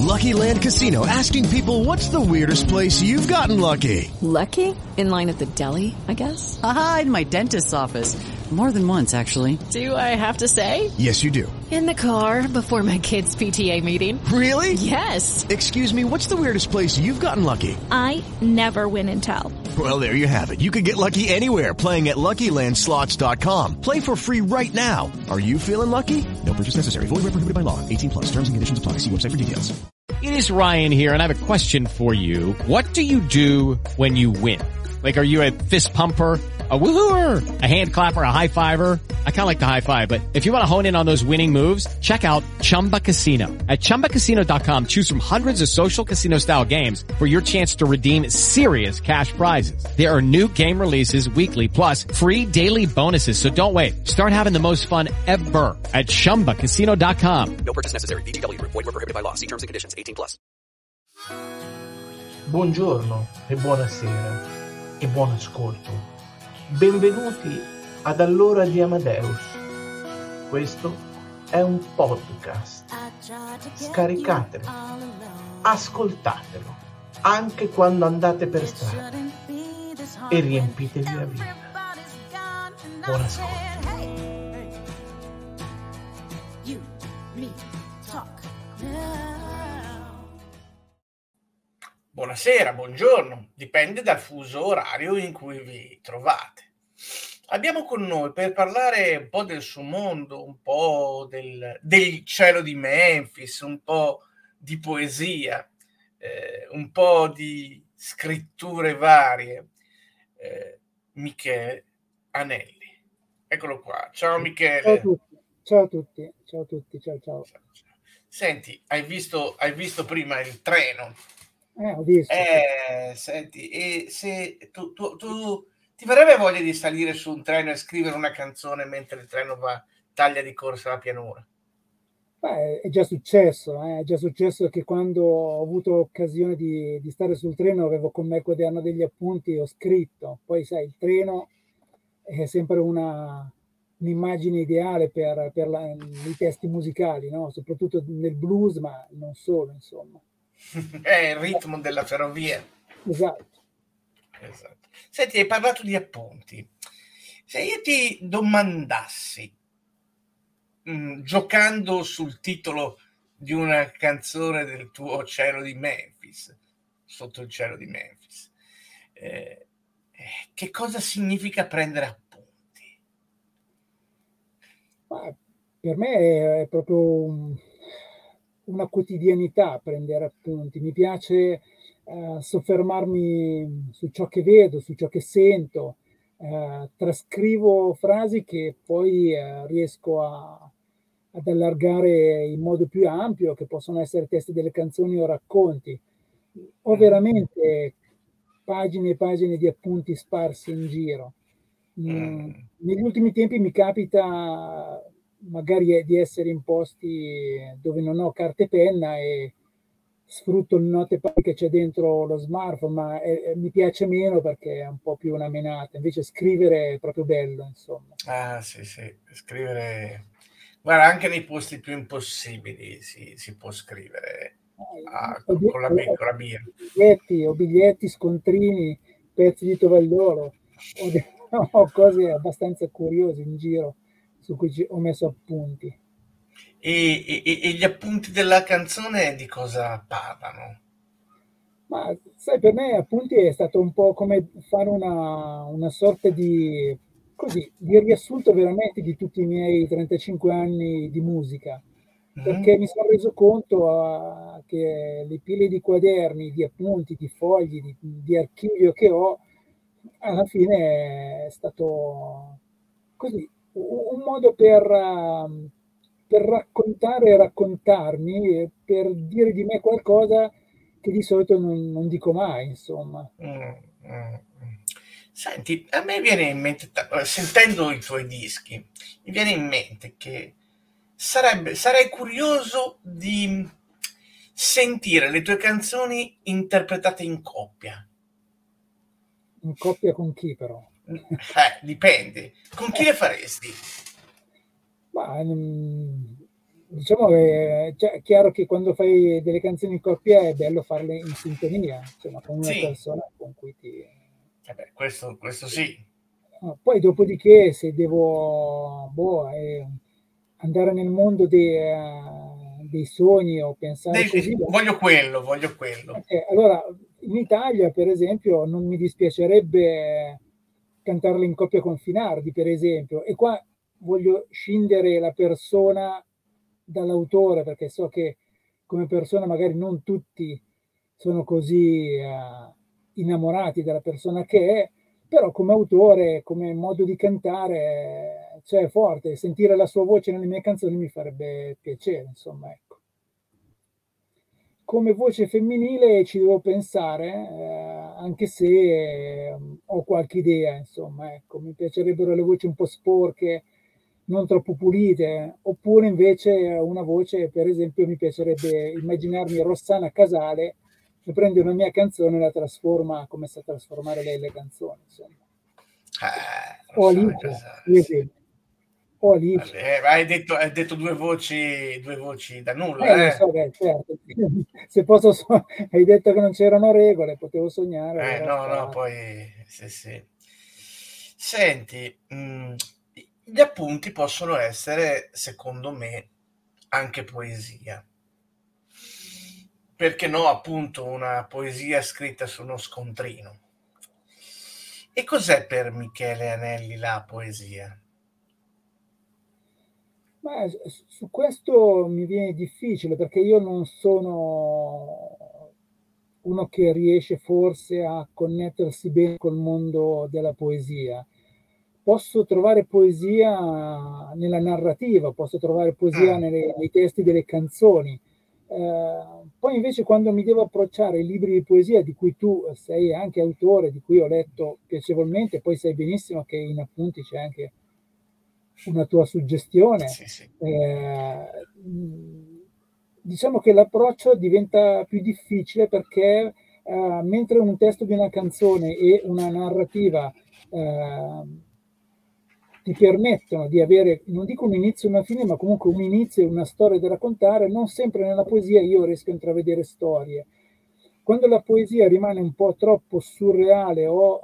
Lucky Land Casino, asking people, what's the weirdest place you've gotten lucky? Lucky? In line at the deli, I guess? Aha, in my dentist's office. More than once, actually. Do I have to say? Yes, you do. In the car before my kids' PTA meeting. Really? Yes. Excuse me, what's the weirdest place you've gotten lucky? I never win and tell. Well, there you have it. You can get lucky anywhere, playing at LuckyLandSlots.com. Play for free right now. Are you feeling lucky? No purchase necessary. Void where prohibited by law. 18 plus. Terms and conditions apply. See website for details. It is Ryan here, and I have a question for you. What do you do when you win? Like, are you a fist pumper, a woohooer, a hand clapper, a high fiver? I kind of like the high five, but if you want to hone in on those winning moves, check out Chumba Casino. At ChumbaCasino.com, choose from hundreds of social casino-style games for your chance to redeem serious cash prizes. There are new game releases weekly, plus free daily bonuses, so don't wait. Start having the most fun ever at ChumbaCasino.com. No purchase necessary. VGW. Void where prohibited by law. See terms and conditions. 18 plus. Buongiorno e buonasera e buon ascolto. Benvenuti ad All'ora di Amadeus. Questo è un podcast. Scaricatelo, ascoltatelo, anche quando andate per strada e riempitevi la vita. Buon ascolto. Buonasera, buongiorno, dipende dal fuso orario in cui vi trovate. Abbiamo con noi per parlare un po' del suo mondo, un po' del cielo di Memphis, un po' di poesia, un po' di scritture varie, Michele Anelli. Eccolo qua. Ciao Michele. Ciao a tutti, ciao a tutti, ciao a tutti, ciao. Senti, hai visto prima il treno? Ho visto. Senti, e se tu ti verrebbe voglia di salire su un treno e scrivere una canzone mentre il treno taglia di corsa la pianura? Beh, è già successo che quando ho avuto occasione di stare sul treno avevo con me il quaderno degli appunti e ho scritto. Poi sai, il treno è sempre un'immagine ideale per i testi musicali, no? Soprattutto nel blues, ma non solo, insomma. È il ritmo della ferrovia. Esatto. Senti, hai parlato di appunti. Se io ti domandassi, giocando sul titolo di una canzone del tuo cielo di Memphis, sotto il cielo di Memphis, che cosa significa prendere appunti? Ma per me è proprio una quotidianità prendere appunti. Mi piace soffermarmi su ciò che vedo, su ciò che sento, trascrivo frasi che poi riesco ad allargare in modo più ampio, che possono essere testi delle canzoni o racconti. Ho veramente pagine e pagine di appunti sparsi in giro. Negli ultimi tempi mi capita magari di essere in posti dove non ho carta e penna e sfrutto il notepad che c'è dentro lo smartphone, ma mi piace meno perché è un po' più una menata. Invece scrivere è proprio bello, insomma. Ah, sì, scrivere. Guarda, anche nei posti più impossibili si può scrivere con la birra. Biglietti, scontrini, pezzi di tovallolo, ho cose abbastanza curiose in giro su cui ho messo appunti. E gli appunti della canzone di cosa parlano? Ma sai, per me appunti è stato un po' come fare una sorta di riassunto veramente di tutti i miei 35 anni di musica, perché mi sono reso conto che le pile di quaderni, di appunti, di fogli, di archivio che ho, alla fine è stato così un modo per raccontare e raccontarmi, e per dire di me qualcosa che di solito non dico mai, insomma. Senti, a me viene in mente, sentendo i tuoi dischi, mi viene in mente che sarei curioso di sentire le tue canzoni interpretate in coppia. In coppia con chi, però? Dipende. Con chi le faresti? Ma diciamo che cioè, è chiaro che quando fai delle canzoni in coppia è bello farle in sintonia, insomma, con una Sì, persona con cui ti... questo sì. Poi dopodiché se devo andare nel mondo dei sogni o pensare così, Voglio quello. allora in Italia per esempio non mi dispiacerebbe cantarle in coppia con Finardi per esempio, e qua voglio scindere la persona dall'autore perché so che come persona magari non tutti sono così innamorati della persona che è, però come autore, come modo di cantare, cioè è forte, sentire la sua voce nelle mie canzoni mi farebbe piacere, insomma, ecco. Come voce femminile ci devo pensare, anche se ho qualche idea, insomma, ecco, mi piacerebbero le voci un po' sporche, non troppo pulite, oppure invece una voce, per esempio, mi piacerebbe immaginarmi Rossana Casale che prende una mia canzone e la trasforma come sa trasformare lei le canzoni, insomma. O Rossana Alice, Casale, per sì. esempio. O Alice. Hai detto due voci da nulla, Lo so, certo. Se posso, hai detto che non c'erano regole, potevo sognare, allora No, spara. poi sì. Senti, gli appunti possono essere, secondo me, anche poesia. Perché no, appunto, una poesia scritta su uno scontrino. E cos'è per Michele Anelli la poesia? Ma su questo mi viene difficile perché io non sono uno che riesce forse a connettersi bene col mondo della poesia. Posso trovare poesia nella narrativa, posso trovare poesia Mm, nei testi delle canzoni. Poi invece quando mi devo approcciare ai libri di poesia di cui tu sei anche autore, di cui ho letto piacevolmente, poi sai benissimo che in appunti c'è anche una tua suggestione, sì. diciamo che l'approccio diventa più difficile perché mentre un testo di una canzone e una narrativa eh, ti permettono di avere, non dico un inizio e una fine, ma comunque un inizio e una storia da raccontare, non sempre nella poesia io riesco a intravedere storie. Quando la poesia rimane un po' troppo surreale o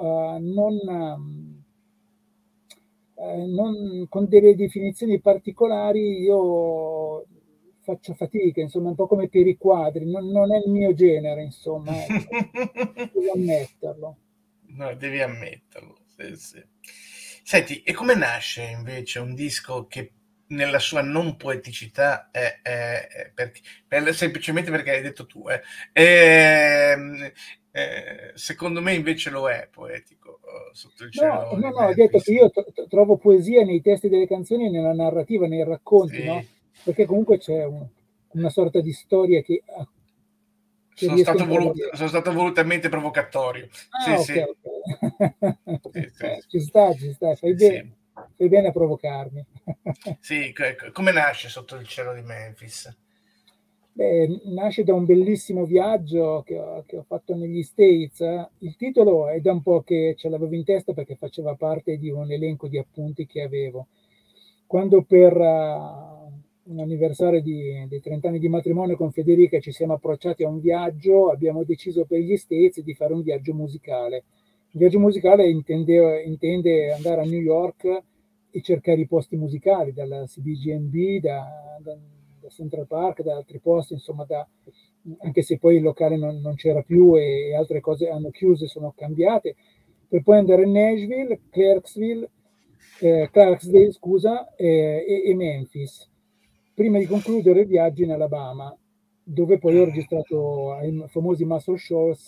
non con delle definizioni particolari, io faccio fatica, insomma, un po' come per i quadri, non è il mio genere, insomma, ecco, devo ammetterlo. No, devi ammetterlo. Sì. Senti, e come nasce invece un disco che nella sua non poeticità semplicemente perché hai detto tu, secondo me invece lo è poetico, sotto il No, cielo no, di no, ho detto che Memphis. io trovo poesia nei testi delle canzoni, nella narrativa, nei racconti, no? Sì, Perché comunque c'è una sorta di storia che riesco a intravedere. sono stato volutamente provocatorio. Ah, ok, Sì. ok. Ci sta, Sì. fai bene a provocarmi. Sì, come nasce sotto il cielo di Memphis? Beh, nasce da un bellissimo viaggio che ho fatto negli States. Il titolo è da un po' che ce l'avevo in testa perché faceva parte di un elenco di appunti che avevo. Quando per un anniversario dei 30 anni di matrimonio con Federica ci siamo approcciati a un viaggio, abbiamo deciso per gli States di fare un viaggio musicale. Il viaggio musicale intende andare a New York e cercare i posti musicali, dalla CBGB, da Central Park, da altri posti, insomma, anche se poi il locale non c'era più e altre cose hanno chiuso e sono cambiate, per poi andare a Nashville, Clarksdale, scusa, e Memphis, prima di concludere il viaggio in Alabama, dove poi ho registrato ai famosi Muscle Shoals,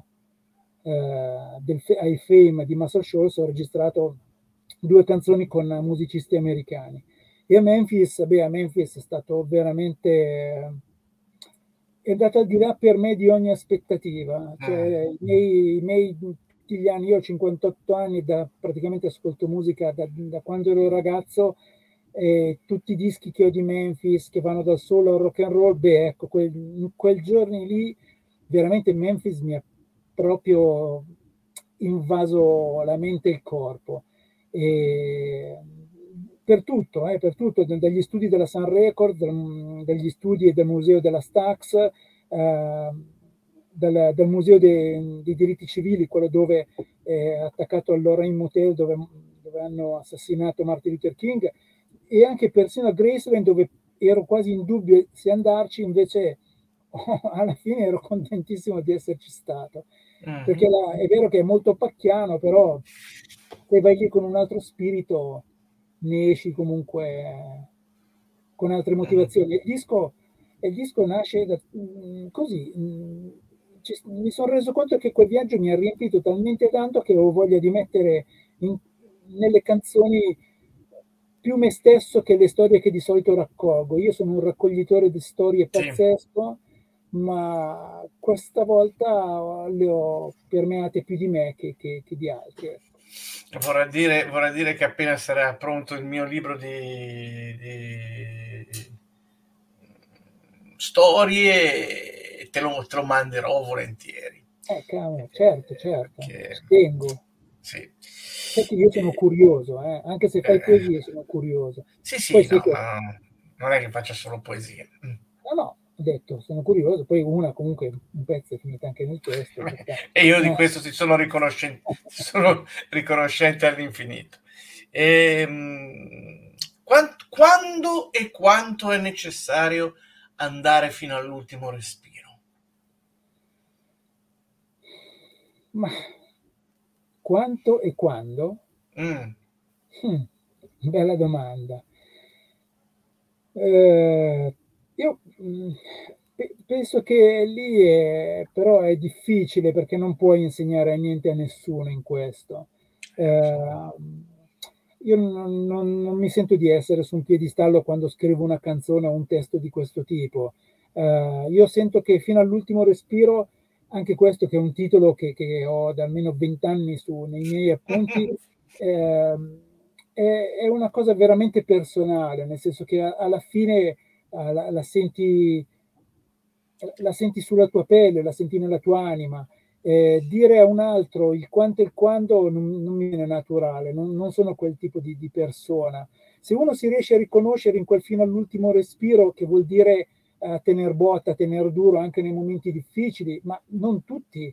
ai Fame di Muscle Shoals, ho registrato 2 canzoni con musicisti americani. E a Memphis è stato veramente, è andato al di là per me di ogni aspettativa, cioè i miei tutti gli anni, io ho 58 anni, praticamente ascolto musica da quando ero ragazzo, e tutti i dischi che ho di Memphis che vanno dal solo al rock and roll, beh ecco, quel giorno lì veramente Memphis mi ha proprio invaso la mente e il corpo. E per tutto, dagli studi della Sun Records, dagli studi del museo della Stax, dal museo dei diritti civili, quello dove è attaccato al Lorraine Motel, dove hanno assassinato Martin Luther King, e anche persino a Graceland, dove ero quasi in dubbio se andarci, invece alla fine ero contentissimo di esserci stato, perché è vero che è molto pacchiano, però se vai lì con un altro spirito ne esci comunque con altre motivazioni. Il disco nasce così. Mi sono reso conto che quel viaggio mi ha riempito talmente tanto che avevo voglia di mettere nelle canzoni più me stesso che le storie che di solito raccolgo. Io sono un raccoglitore di storie pazzesco, ma questa volta le ho permeate più di me che di altri. Vorrà dire che appena sarà pronto il mio libro di storie te lo manderò volentieri. Cavolo, certo, Che... tengo. Sì. Perché io sono curioso, anche se fai poesie sono curioso. Sì, poi no, non è che faccia solo poesie. No, ho detto, sono curioso, poi una comunque un pezzo è finita anche nel testo. E io di questo ti sono riconoscente all'infinito. Quando e quanto è necessario andare fino all'ultimo respiro? Ma quanto e quando? Bella domanda. Io penso che lì però è difficile, perché non puoi insegnare niente a nessuno in questo. Io non mi sento di essere su un piedistallo quando scrivo una canzone o un testo di questo tipo. Io sento che fino all'ultimo respiro, anche questo che è un titolo che ho da almeno 20 anni nei miei appunti, è una cosa veramente personale, nel senso che alla fine la senti sulla tua pelle, la senti nella tua anima. Dire a un altro il quanto e il quando non mi viene naturale, non sono quel tipo di persona. Se uno si riesce a riconoscere in quel fino all'ultimo respiro, che vuol dire tener botta, tener duro anche nei momenti difficili, ma non tutti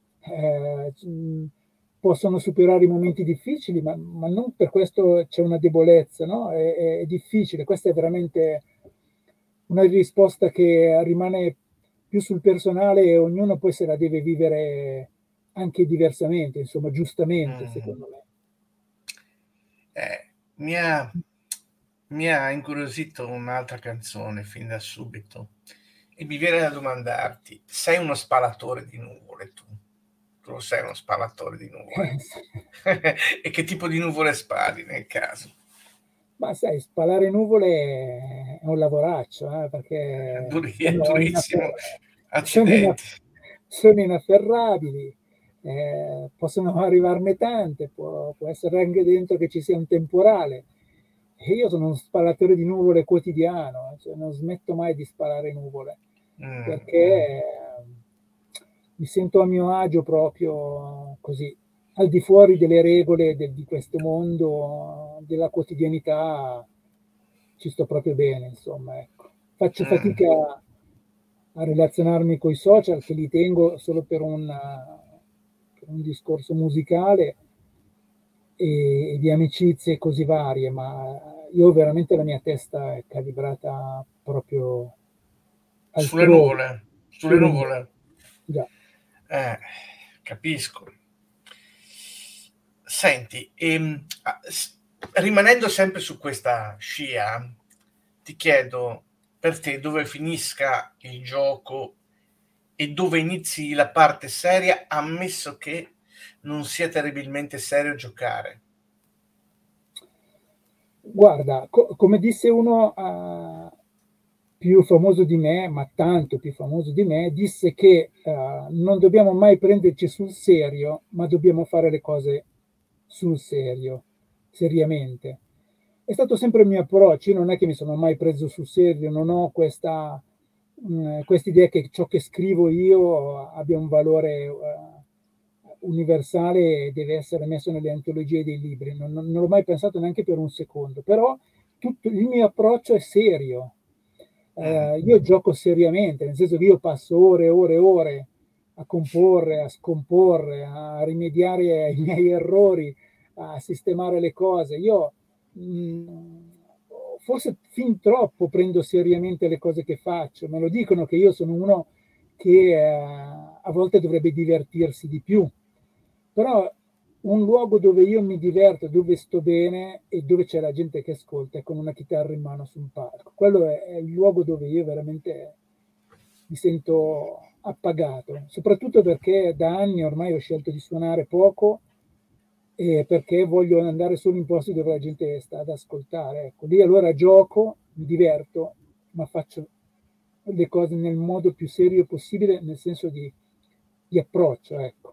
possono superare i momenti difficili, ma non per questo c'è una debolezza, no? È difficile. Questa è veramente una risposta che rimane più sul personale, e ognuno poi se la deve vivere anche diversamente, insomma, giustamente, secondo me. Mi ha incuriosito un'altra canzone fin da subito, e mi viene da domandarti: sei uno spalatore di nuvole tu? Tu lo sei uno spalatore di nuvole? E che tipo di nuvole spali nel caso? Ma sai, spalare nuvole è un lavoraccio, perché È durissimo. sono inafferrabili, possono arrivarne tante, può essere anche dentro che ci sia un temporale. E io sono uno spalatore di nuvole quotidiano, cioè non smetto mai di sparare nuvole, perché mi sento a mio agio proprio così, al di fuori delle regole di questo mondo, della quotidianità, ci sto proprio bene, insomma, ecco. Faccio fatica a relazionarmi con i social, che li tengo solo per un discorso musicale e di amicizie così varie, ma io veramente la mia testa è calibrata proprio sulle nuvole. Già. Capisco. Senti, rimanendo sempre su questa scia, ti chiedo per te dove finisca il gioco e dove inizi la parte seria, ammesso che non sia terribilmente serio giocare. Guarda, come disse uno più famoso di me, ma tanto più famoso di me, disse che non dobbiamo mai prenderci sul serio, ma dobbiamo fare le cose sul serio, seriamente. È stato sempre il mio approccio. Io non è che mi sono mai preso sul serio, non ho questa idea che ciò che scrivo io abbia un valore universale deve essere messo nelle antologie dei libri, non l'ho mai pensato neanche per un secondo, però il mio approccio è serio. Io gioco seriamente, nel senso che io passo ore e ore e ore a comporre, a scomporre, a rimediare ai miei errori, a sistemare le cose. Io forse fin troppo prendo seriamente le cose che faccio, me lo dicono che io sono uno che a volte dovrebbe divertirsi di più, però un luogo dove io mi diverto, dove sto bene e dove c'è la gente che ascolta, è con una chitarra in mano su un palco. Quello è il luogo dove io veramente mi sento appagato, soprattutto perché da anni ormai ho scelto di suonare poco e perché voglio andare solo in posti dove la gente sta ad ascoltare. Ecco, lì allora gioco, mi diverto, ma faccio le cose nel modo più serio possibile, nel senso di approccio, ecco.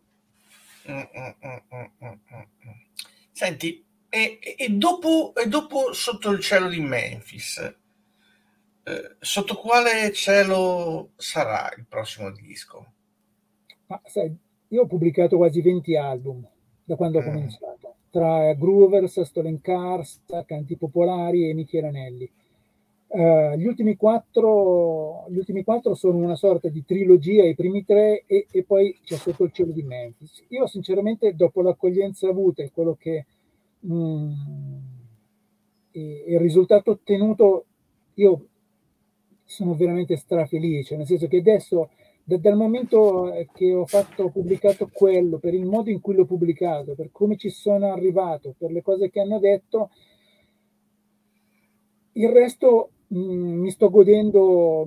Senti, e dopo Sotto il cielo di Memphis, sotto quale cielo sarà il prossimo disco? Ma sai, io ho pubblicato quasi 20 album da quando ho cominciato, tra Groovers, Stolen Cars, Canti Popolari e Michele Anelli. Gli ultimi quattro sono una sorta di trilogia, i primi 3 e poi c'è Sotto il cielo di Memphis. Io sinceramente, dopo l'accoglienza avuta e quello che il risultato ottenuto, io sono veramente strafelice, nel senso che adesso dal momento che ho pubblicato quello, per il modo in cui l'ho pubblicato, per come ci sono arrivato, per le cose che hanno detto, il resto mi sto godendo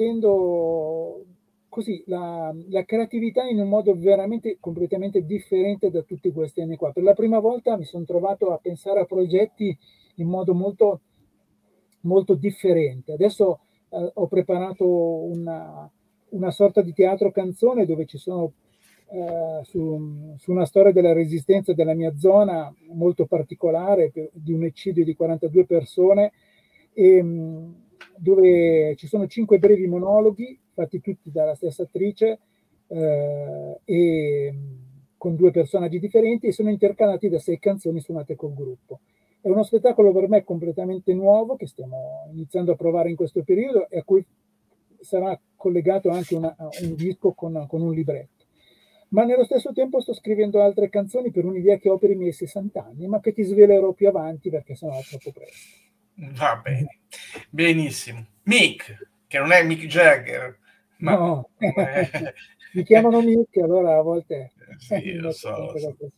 così la creatività in un modo veramente completamente differente da tutti questi anni qua. Per la prima volta mi sono trovato a pensare a progetti in modo molto, molto differente. Adesso ho preparato una sorta di teatro canzone dove ci sono su una storia della resistenza della mia zona molto particolare, di un eccidio di 42 persone, dove ci sono 5 brevi monologhi fatti tutti dalla stessa attrice e con 2 personaggi differenti, e sono intercalati da 6 canzoni suonate col gruppo. È uno spettacolo per me completamente nuovo che stiamo iniziando a provare in questo periodo e a cui sarà collegato anche un disco con un libretto. Ma nello stesso tempo sto scrivendo altre canzoni per un'idea che ho per i miei 60 anni, ma che ti svelerò più avanti perché sennò è troppo presto. Va bene, benissimo. Mick, che non è Mick Jagger, ma no, mi chiamano Mick, allora a volte sì, lo so.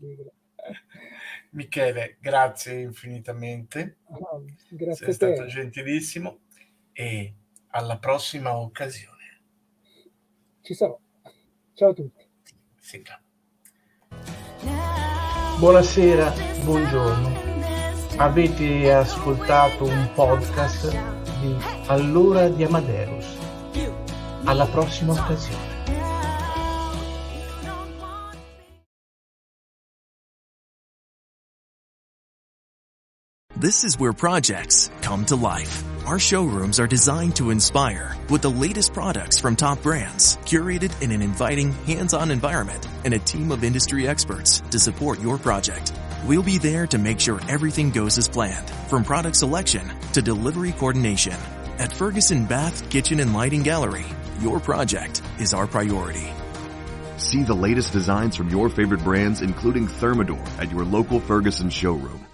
Michele, grazie infinitamente, grazie sei stato gentilissimo e alla prossima occasione. Ci sarò. Ciao a tutti. Sigla. Buonasera, buongiorno. Avete ascoltato un podcast di All'ora di Amadeus. Alla prossima occasione. This is where projects come to life. Our showrooms are designed to inspire with the latest products from top brands, curated in an inviting, hands-on environment, and a team of industry experts to support your project. We'll be there to make sure everything goes as planned, from product selection to delivery coordination. At Ferguson Bath, Kitchen and Lighting Gallery, your project is our priority. See the latest designs from your favorite brands, including Thermador, at your local Ferguson showroom.